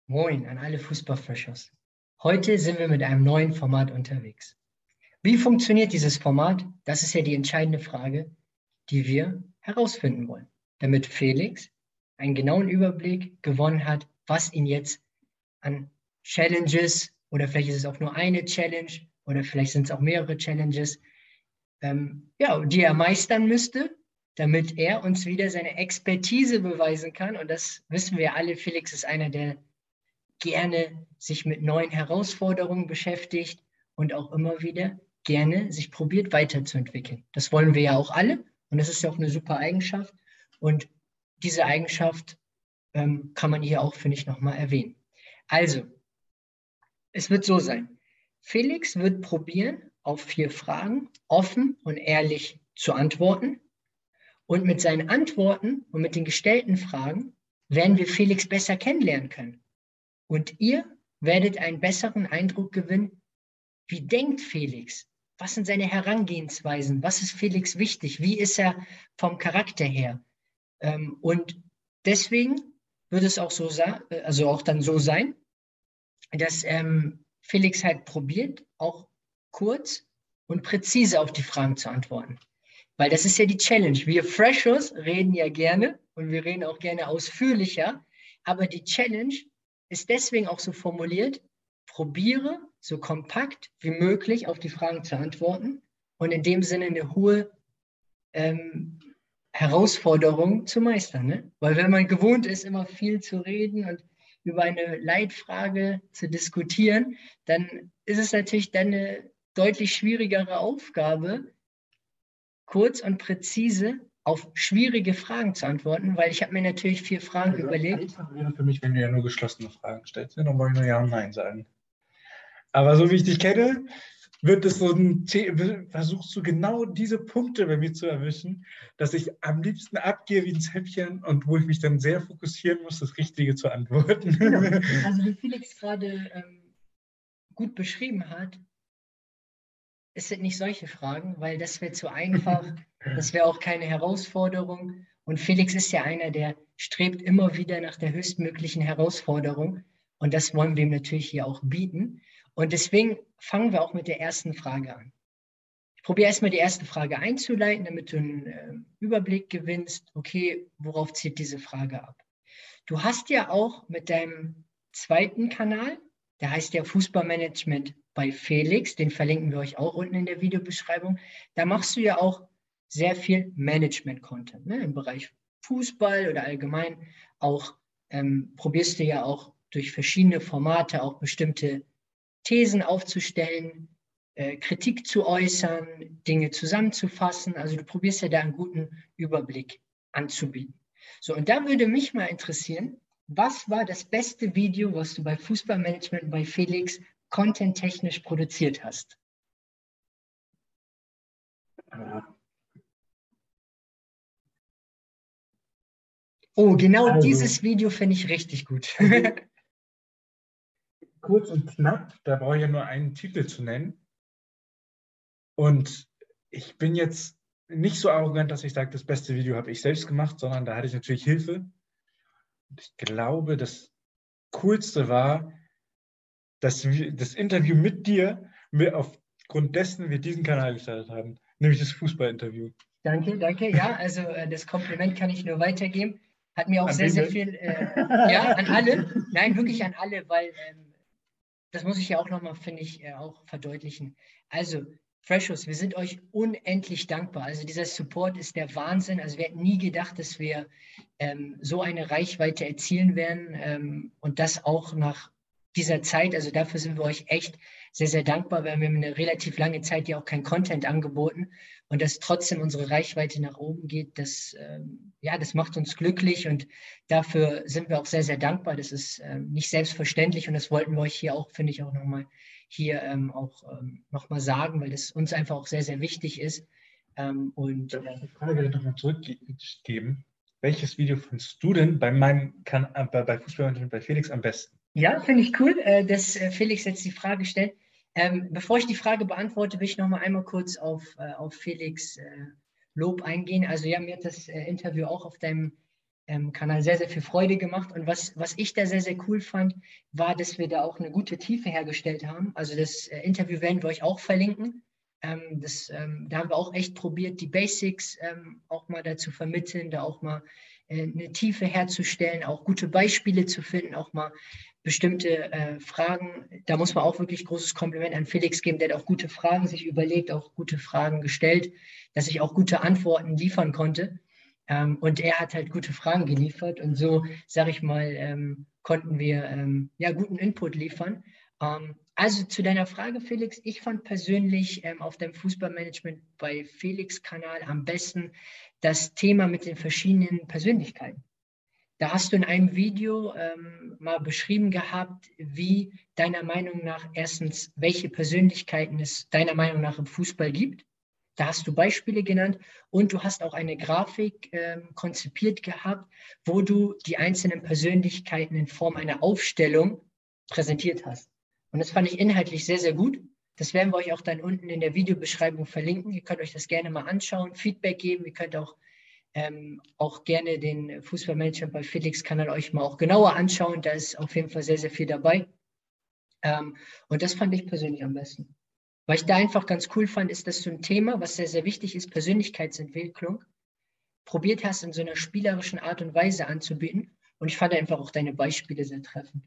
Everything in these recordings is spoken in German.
Moin an alle Fußballfreshers. Heute sind wir mit einem neuen Format unterwegs. Wie funktioniert dieses Format? Das ist ja die entscheidende Frage, die wir herausfinden wollen, damit Felix einen genauen Überblick gewonnen hat, was ihn jetzt an Challenges oder vielleicht ist es auch nur eine Challenge oder vielleicht sind es auch mehrere Challenges, die er meistern müsste, damit er uns wieder seine Expertise beweisen kann. Und das wissen wir alle, Felix ist einer, der gerne sich mit neuen Herausforderungen beschäftigt und auch immer wieder gerne sich probiert weiterzuentwickeln. Das wollen wir ja auch alle und das ist ja auch eine super Eigenschaft und diese Eigenschaft kann man hier auch, finde ich, nochmal erwähnen. Also, es wird so sein. Felix wird probieren, auf 4 Fragen offen und ehrlich zu antworten. Und mit seinen Antworten und mit den gestellten Fragen werden wir Felix besser kennenlernen können. Und ihr werdet einen besseren Eindruck gewinnen, wie denkt Felix? Was sind seine Herangehensweisen? Was ist Felix wichtig? Wie ist er vom Charakter her? Und deswegen wird es auch so dann so sein, dass Felix halt probiert, auch kurz und präzise auf die Fragen zu antworten. Weil das ist ja die Challenge. Wir Freshers reden ja gerne und wir reden auch gerne ausführlicher, aber die Challenge ist deswegen auch so formuliert, probiere so kompakt wie möglich auf die Fragen zu antworten und in dem Sinne eine hohe Herausforderung zu meistern. Ne? Weil wenn man gewohnt ist, immer viel zu reden und über eine Leitfrage zu diskutieren, dann ist es natürlich dann eine deutlich schwierigere Aufgabe, kurz und präzise auf schwierige Fragen zu antworten, weil ich habe mir natürlich 4 Fragen überlegt. Einfach wäre für mich, wenn du ja nur geschlossene Fragen stellst, dann wollte ich nur Ja und Nein sagen. Aber so wie ich dich kenne, versuchst du genau diese Punkte bei mir zu erwischen, dass ich am liebsten abgehe wie ein Zäpfchen und wo ich mich dann sehr fokussieren muss, das Richtige zu antworten. Genau. Also wie Felix gerade gut beschrieben hat, es sind nicht solche Fragen, weil das wäre zu einfach, das wäre auch keine Herausforderung. Und Felix ist ja einer, der strebt immer wieder nach der höchstmöglichen Herausforderung. Und das wollen wir ihm natürlich hier auch bieten. Und deswegen fangen wir auch mit der ersten Frage an. Ich probiere erstmal die erste Frage einzuleiten, damit du einen Überblick gewinnst. Okay, worauf zielt diese Frage ab? Du hast ja auch mit deinem zweiten Kanal, der heißt ja Fußballmanagement bei Felix, den verlinken wir euch auch unten in der Videobeschreibung. Da machst du ja auch sehr viel Management-Content, ne? Im Bereich Fußball oder allgemein auch probierst du ja auch durch verschiedene Formate auch bestimmte Thesen aufzustellen, Kritik zu äußern, Dinge zusammenzufassen. Also du probierst ja da einen guten Überblick anzubieten. So, und da würde mich mal interessieren, was war das beste Video, was du bei Fußballmanagement bei Felix content-technisch produziert hast? Oh, genau dieses Video finde ich richtig gut. Kurz und knapp, da brauche ich ja nur einen Titel zu nennen. Und ich bin jetzt nicht so arrogant, dass ich sage, das beste Video habe ich selbst gemacht, sondern da hatte ich natürlich Hilfe. Und ich glaube, das Coolste war, dass das Interview mit dir, aufgrund dessen wir diesen Kanal gestartet haben, nämlich das Fußballinterview. Danke, danke. Ja, also das Kompliment kann ich nur weitergeben. Hat mir auch sehr, sehr viel, ja, an alle. Nein, wirklich an alle, weil das muss ich ja auch nochmal, finde ich, auch verdeutlichen. Also, Freshos, wir sind euch unendlich dankbar. Also dieser Support ist der Wahnsinn. Also wir hätten nie gedacht, dass wir so eine Reichweite erzielen werden und das auch nach dieser Zeit. Also dafür sind wir euch echt sehr, sehr dankbar, weil wir haben eine relativ lange Zeit ja auch kein Content angeboten und dass trotzdem unsere Reichweite nach oben geht, das macht uns glücklich und dafür sind wir auch sehr, sehr dankbar. Das ist nicht selbstverständlich und das wollten wir euch hier auch, finde ich, auch nochmal noch mal sagen, weil das uns einfach auch sehr, sehr wichtig ist. Die Frage nochmal zurückgeben. Welches Video findest du denn bei Fußballmanagement bei Felix am besten? Ja, finde ich cool, dass Felix jetzt die Frage stellt. Bevor ich die Frage beantworte, will ich noch mal einmal kurz auf Felix Lob eingehen. Also ja, mir hat das Interview auch auf deinem Kanal sehr, sehr viel Freude gemacht. Und was ich da sehr, sehr cool fand, war, dass wir da auch eine gute Tiefe hergestellt haben. Also das Interview werden wir euch auch verlinken. Da haben wir auch echt probiert, die Basics auch mal dazu vermitteln, da auch mal eine Tiefe herzustellen, auch gute Beispiele zu finden, auch mal bestimmte Fragen. Da muss man auch wirklich großes Kompliment an Felix geben, der hat auch gute Fragen sich überlegt, auch gute Fragen gestellt, dass ich auch gute Antworten liefern konnte. Und er hat halt gute Fragen geliefert und so, sage ich mal, konnten wir ja guten Input liefern. Also zu deiner Frage, Felix, ich fand persönlich auf dem Fußballmanagement bei Felix Kanal am besten das Thema mit den verschiedenen Persönlichkeiten. Da hast du in einem Video mal beschrieben gehabt, wie deiner Meinung nach erstens, welche Persönlichkeiten es deiner Meinung nach im Fußball gibt. Da hast du Beispiele genannt und du hast auch eine Grafik konzipiert gehabt, wo du die einzelnen Persönlichkeiten in Form einer Aufstellung präsentiert hast. Und das fand ich inhaltlich sehr, sehr gut. Das werden wir euch auch dann unten in der Videobeschreibung verlinken. Ihr könnt euch das gerne mal anschauen, Feedback geben. Ihr könnt auch gerne den Fußballmanager bei Felix Kanal euch mal auch genauer anschauen. Da ist auf jeden Fall sehr, sehr viel dabei. Und das fand ich persönlich am besten. Was ich da einfach ganz cool fand, ist, dass du ein Thema, was sehr, sehr wichtig ist, Persönlichkeitsentwicklung, probiert hast, in so einer spielerischen Art und Weise anzubieten. Und ich fand einfach auch deine Beispiele sehr treffend.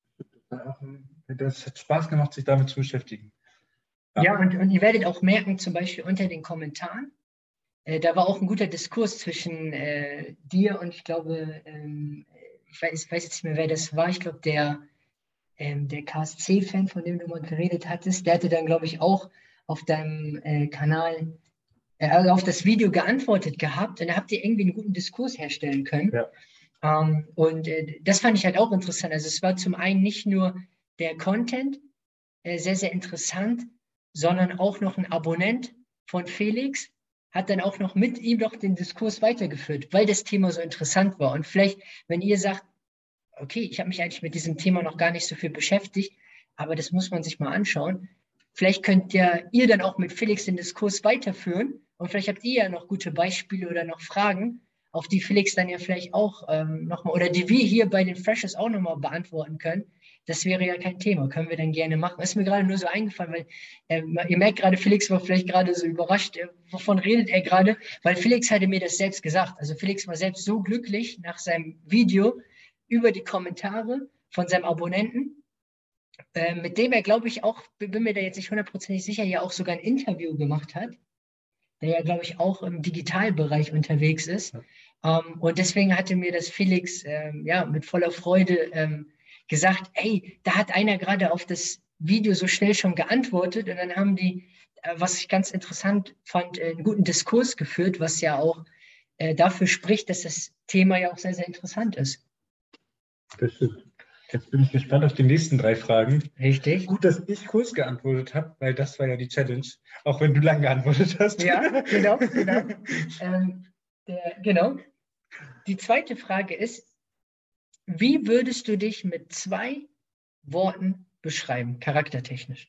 Das hat Spaß gemacht, sich damit zu beschäftigen. Ja, und ihr werdet auch merken, zum Beispiel unter den Kommentaren, da war auch ein guter Diskurs zwischen dir und ich glaube, ich weiß jetzt nicht mehr, wer das war. Ich glaube, der KSC-Fan, von dem du mal geredet hattest, der hatte dann, glaube ich, auch auf deinem Kanal also auf das Video geantwortet gehabt und da habt ihr irgendwie einen guten Diskurs herstellen können. Ja. Und das fand ich halt auch interessant. Also es war zum einen nicht nur der Content sehr, sehr interessant, sondern auch noch ein Abonnent von Felix hat dann auch noch mit ihm doch den Diskurs weitergeführt, weil das Thema so interessant war. Und vielleicht, wenn ihr sagt, okay, ich habe mich eigentlich mit diesem Thema noch gar nicht so viel beschäftigt, aber das muss man sich mal anschauen. Vielleicht könnt ihr dann auch mit Felix den Diskurs weiterführen und vielleicht habt ihr ja noch gute Beispiele oder noch Fragen, auf die Felix dann ja vielleicht auch nochmal oder die wir hier bei den Freshers auch nochmal beantworten können. Das wäre ja kein Thema, können wir dann gerne machen. Ist mir gerade nur so eingefallen, weil ihr merkt gerade, Felix war vielleicht gerade so überrascht, wovon redet er gerade, weil Felix hatte mir das selbst gesagt. Also Felix war selbst so glücklich nach seinem Video über die Kommentare von seinem Abonnenten, mit dem er, glaube ich, auch, bin mir da jetzt nicht hundertprozentig sicher, ja auch sogar ein Interview gemacht hat, der ja, glaube ich, auch im Digitalbereich unterwegs ist. Und deswegen hatte mir das Felix ja, mit voller Freude gesagt, hey, da hat einer gerade auf das Video so schnell schon geantwortet und dann haben die, was ich ganz interessant fand, einen guten Diskurs geführt, was ja auch dafür spricht, dass das Thema ja auch sehr, sehr interessant ist. Das stimmt. Jetzt bin ich gespannt auf die nächsten 3 Fragen. Richtig. Gut, dass ich kurz geantwortet habe, weil das war ja die Challenge, auch wenn du lang geantwortet hast. Ja, genau. Genau. Die zweite Frage ist, wie würdest du dich mit 2 Worten beschreiben, charaktertechnisch?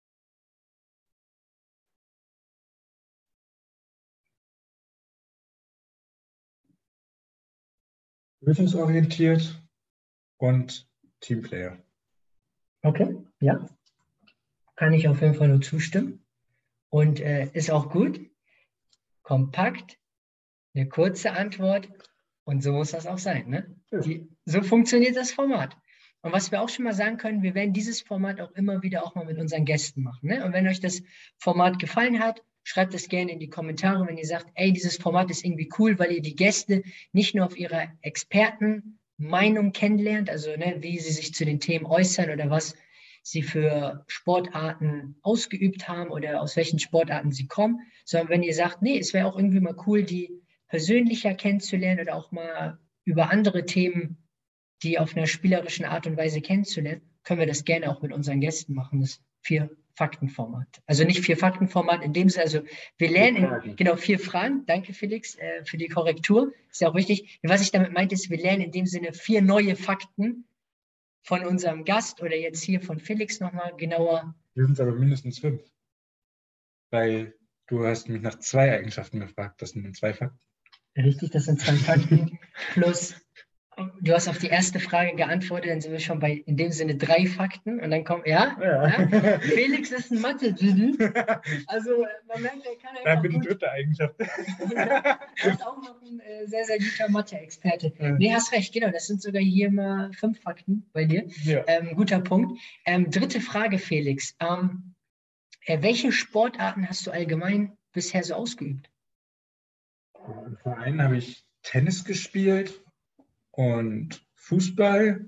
Lösungsorientiert und Teamplayer. Okay, ja. Kann ich auf jeden Fall nur zustimmen. Und ist auch gut. Kompakt, eine kurze Antwort. Und so muss das auch sein. Ne? So funktioniert das Format. Und was wir auch schon mal sagen können, wir werden dieses Format auch immer wieder auch mal mit unseren Gästen machen. Ne? Und wenn euch das Format gefallen hat, schreibt es gerne in die Kommentare, wenn ihr sagt, ey, dieses Format ist irgendwie cool, weil ihr die Gäste nicht nur auf ihrer Expertenmeinung kennenlernt, also ne, wie sie sich zu den Themen äußern oder was sie für Sportarten ausgeübt haben oder aus welchen Sportarten sie kommen, sondern wenn ihr sagt, nee, es wäre auch irgendwie mal cool, die persönlicher kennenzulernen oder auch mal über andere Themen, die auf einer spielerischen Art und Weise kennenzulernen, können wir das gerne auch mit unseren Gästen machen, das 4-Fakten-Format. Also nicht 4-Fakten-Format in dem Sinne, also wir lernen, genau, 4 Fragen, danke Felix für die Korrektur, ist ja auch wichtig. Was ich damit meinte, ist, wir lernen in dem Sinne 4 neue Fakten von unserem Gast oder jetzt hier von Felix nochmal genauer. Wir sind aber mindestens 5, weil du hast mich nach 2 Eigenschaften gefragt, das sind 2 Fakten. Richtig, das sind 2 Fakten. plus, du hast auf die erste Frage geantwortet, dann sind wir schon bei, in dem Sinne, 3 Fakten. Und dann kommt, ja. Felix ist ein Mathe-Genie. Also man merkt, er kann einfach Dann bin ich gut. dritte Eigenschaft. Er ist auch noch ein sehr, sehr guter Mathe-Experte. Nee, hast recht, genau. Das sind sogar hier mal 5 Fakten bei dir. Ja. Guter Punkt. Dritte Frage, Felix. Welche Sportarten hast du allgemein bisher so ausgeübt? Im Verein habe ich Tennis gespielt und Fußball.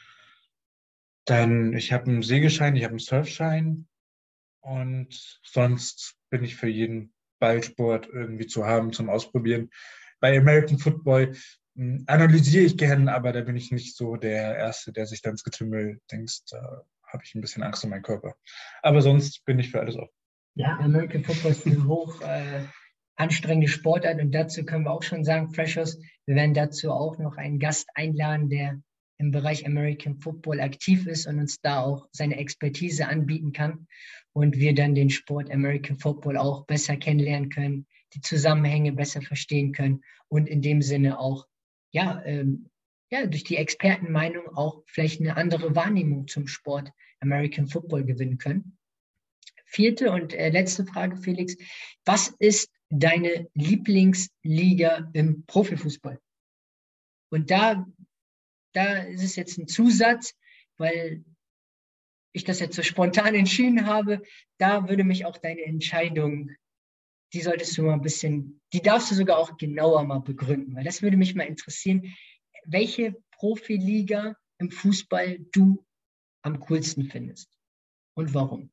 Dann, ich habe einen Segelschein, ich habe einen Surfschein und sonst bin ich für jeden Ballsport irgendwie zu haben zum Ausprobieren. Bei American Football analysiere ich gerne, aber da bin ich nicht so der Erste, der sich dann ins Getümmel denkt. Da habe ich ein bisschen Angst um meinen Körper. Aber sonst bin ich für alles offen. Ja, American Football ist eine hoch anstrengende Sportart und dazu können wir auch schon sagen, Freshers, wir werden dazu auch noch einen Gast einladen, der im Bereich American Football aktiv ist und uns da auch seine Expertise anbieten kann und wir dann den Sport American Football auch besser kennenlernen können, die Zusammenhänge besser verstehen können und in dem Sinne auch, ja, durch die Expertenmeinung auch vielleicht eine andere Wahrnehmung zum Sport American Football gewinnen können. Vierte und letzte Frage, Felix. Was ist deine Lieblingsliga im Profifußball? Und da ist es jetzt ein Zusatz, weil ich das jetzt so spontan entschieden habe. Da würde mich auch deine Entscheidung, die solltest du mal ein bisschen, die darfst du sogar auch genauer mal begründen, weil das würde mich mal interessieren, welche Profiliga im Fußball du am coolsten findest und warum.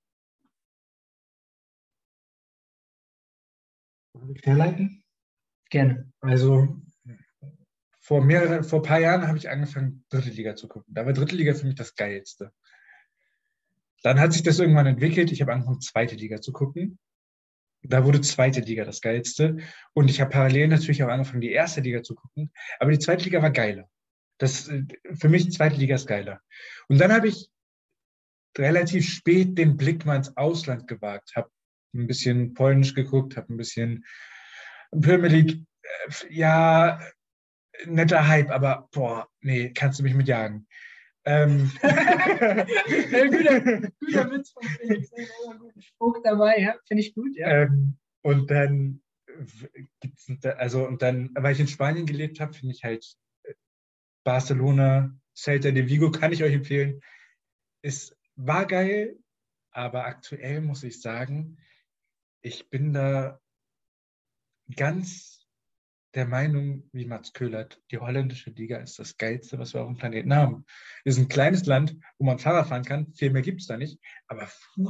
Soll ich herleiten? Gerne. Also vor ein paar Jahren habe ich angefangen, dritte Liga zu gucken. Da war dritte Liga für mich das Geilste. Dann hat sich das irgendwann entwickelt. Ich habe angefangen, zweite Liga zu gucken. Da wurde zweite Liga das Geilste. Und ich habe parallel natürlich auch angefangen, die erste Liga zu gucken. Aber die zweite Liga war geiler. Für mich zweite Liga ist geiler. Und dann habe ich relativ spät den Blick mal ins Ausland gewagt. Habe ein bisschen Polnisch geguckt, habe ein bisschen Premier League. Ja, netter Hype, aber boah, nee, kannst du mich mitjagen. Guter Witz von Felix. Ein guter Spruch dabei, ja, finde ich gut, ja. Und dann weil ich in Spanien gelebt habe, finde ich halt Barcelona, Celta de Vigo, kann ich euch empfehlen. War geil, aber aktuell muss ich sagen, ich bin da ganz der Meinung, wie Mats Köhlert, die holländische Liga ist das Geilste, was wir auf dem Planeten haben. Es ist ein kleines Land, wo man Fahrrad fahren kann, viel mehr gibt es da nicht, aber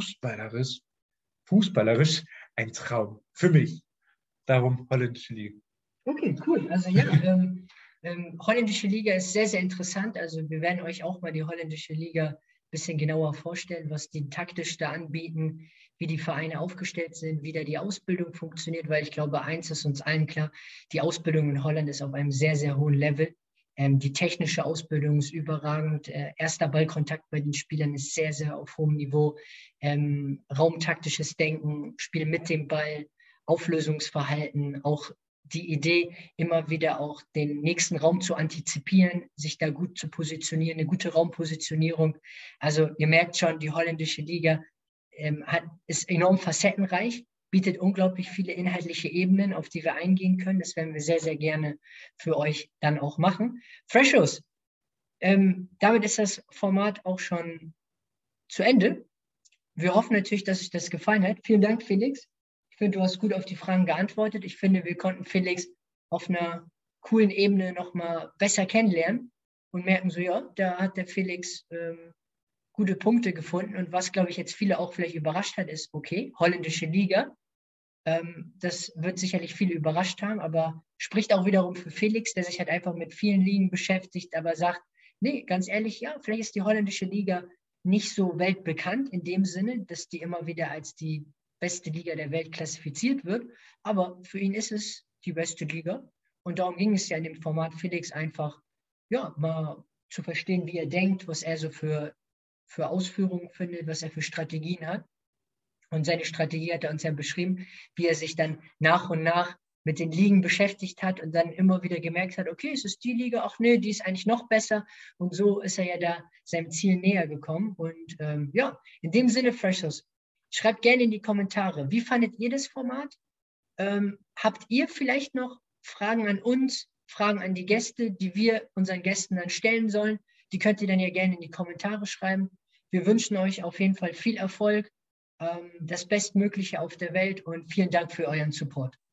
fußballerisch ein Traum. Für mich. Darum holländische Liga. Okay, cool. Also ja, holländische Liga ist sehr, sehr interessant. Also wir werden euch auch mal die holländische Liga ein bisschen genauer vorstellen, was die taktisch da anbieten, wie die Vereine aufgestellt sind, wie da die Ausbildung funktioniert, weil ich glaube, eins ist uns allen klar, die Ausbildung in Holland ist auf einem sehr, sehr hohen Level. Die technische Ausbildung ist überragend. Erster Ballkontakt bei den Spielern ist sehr, sehr auf hohem Niveau. Raumtaktisches Denken, Spiel mit dem Ball, Auflösungsverhalten, auch die Idee, immer wieder auch den nächsten Raum zu antizipieren, sich da gut zu positionieren, eine gute Raumpositionierung. Also ihr merkt schon, die holländische Liga ist enorm facettenreich, bietet unglaublich viele inhaltliche Ebenen, auf die wir eingehen können. Das werden wir sehr, sehr gerne für euch dann auch machen. Freshos, damit ist das Format auch schon zu Ende. Wir hoffen natürlich, dass euch das gefallen hat. Vielen Dank, Felix. Ich finde, du hast gut auf die Fragen geantwortet. Ich finde, wir konnten Felix auf einer coolen Ebene nochmal besser kennenlernen und merken so, ja, da hat der Felix gute Punkte gefunden. Und was, glaube ich, jetzt viele auch vielleicht überrascht hat, ist, okay, holländische Liga. Das wird sicherlich viele überrascht haben, aber spricht auch wiederum für Felix, der sich halt einfach mit vielen Ligen beschäftigt, aber sagt, nee, ganz ehrlich, ja, vielleicht ist die holländische Liga nicht so weltbekannt in dem Sinne, dass die immer wieder als die beste Liga der Welt klassifiziert wird. Aber für ihn ist es die beste Liga. Und darum ging es ja in dem Format Felix einfach, ja, mal zu verstehen, wie er denkt, was er so für Ausführungen findet, was er für Strategien hat. Und seine Strategie hat er uns ja beschrieben, wie er sich dann nach und nach mit den Ligen beschäftigt hat und dann immer wieder gemerkt hat, okay, es ist die Liga, ach nee, die ist eigentlich noch besser. Und so ist er ja da seinem Ziel näher gekommen. Und ja, in dem Sinne, Freshers, schreibt gerne in die Kommentare, wie fandet ihr das Format? Habt ihr vielleicht noch Fragen an uns, Fragen an die Gäste, die wir unseren Gästen dann stellen sollen? Die könnt ihr dann ja gerne in die Kommentare schreiben. Wir wünschen euch auf jeden Fall viel Erfolg, das Bestmögliche auf der Welt und vielen Dank für euren Support.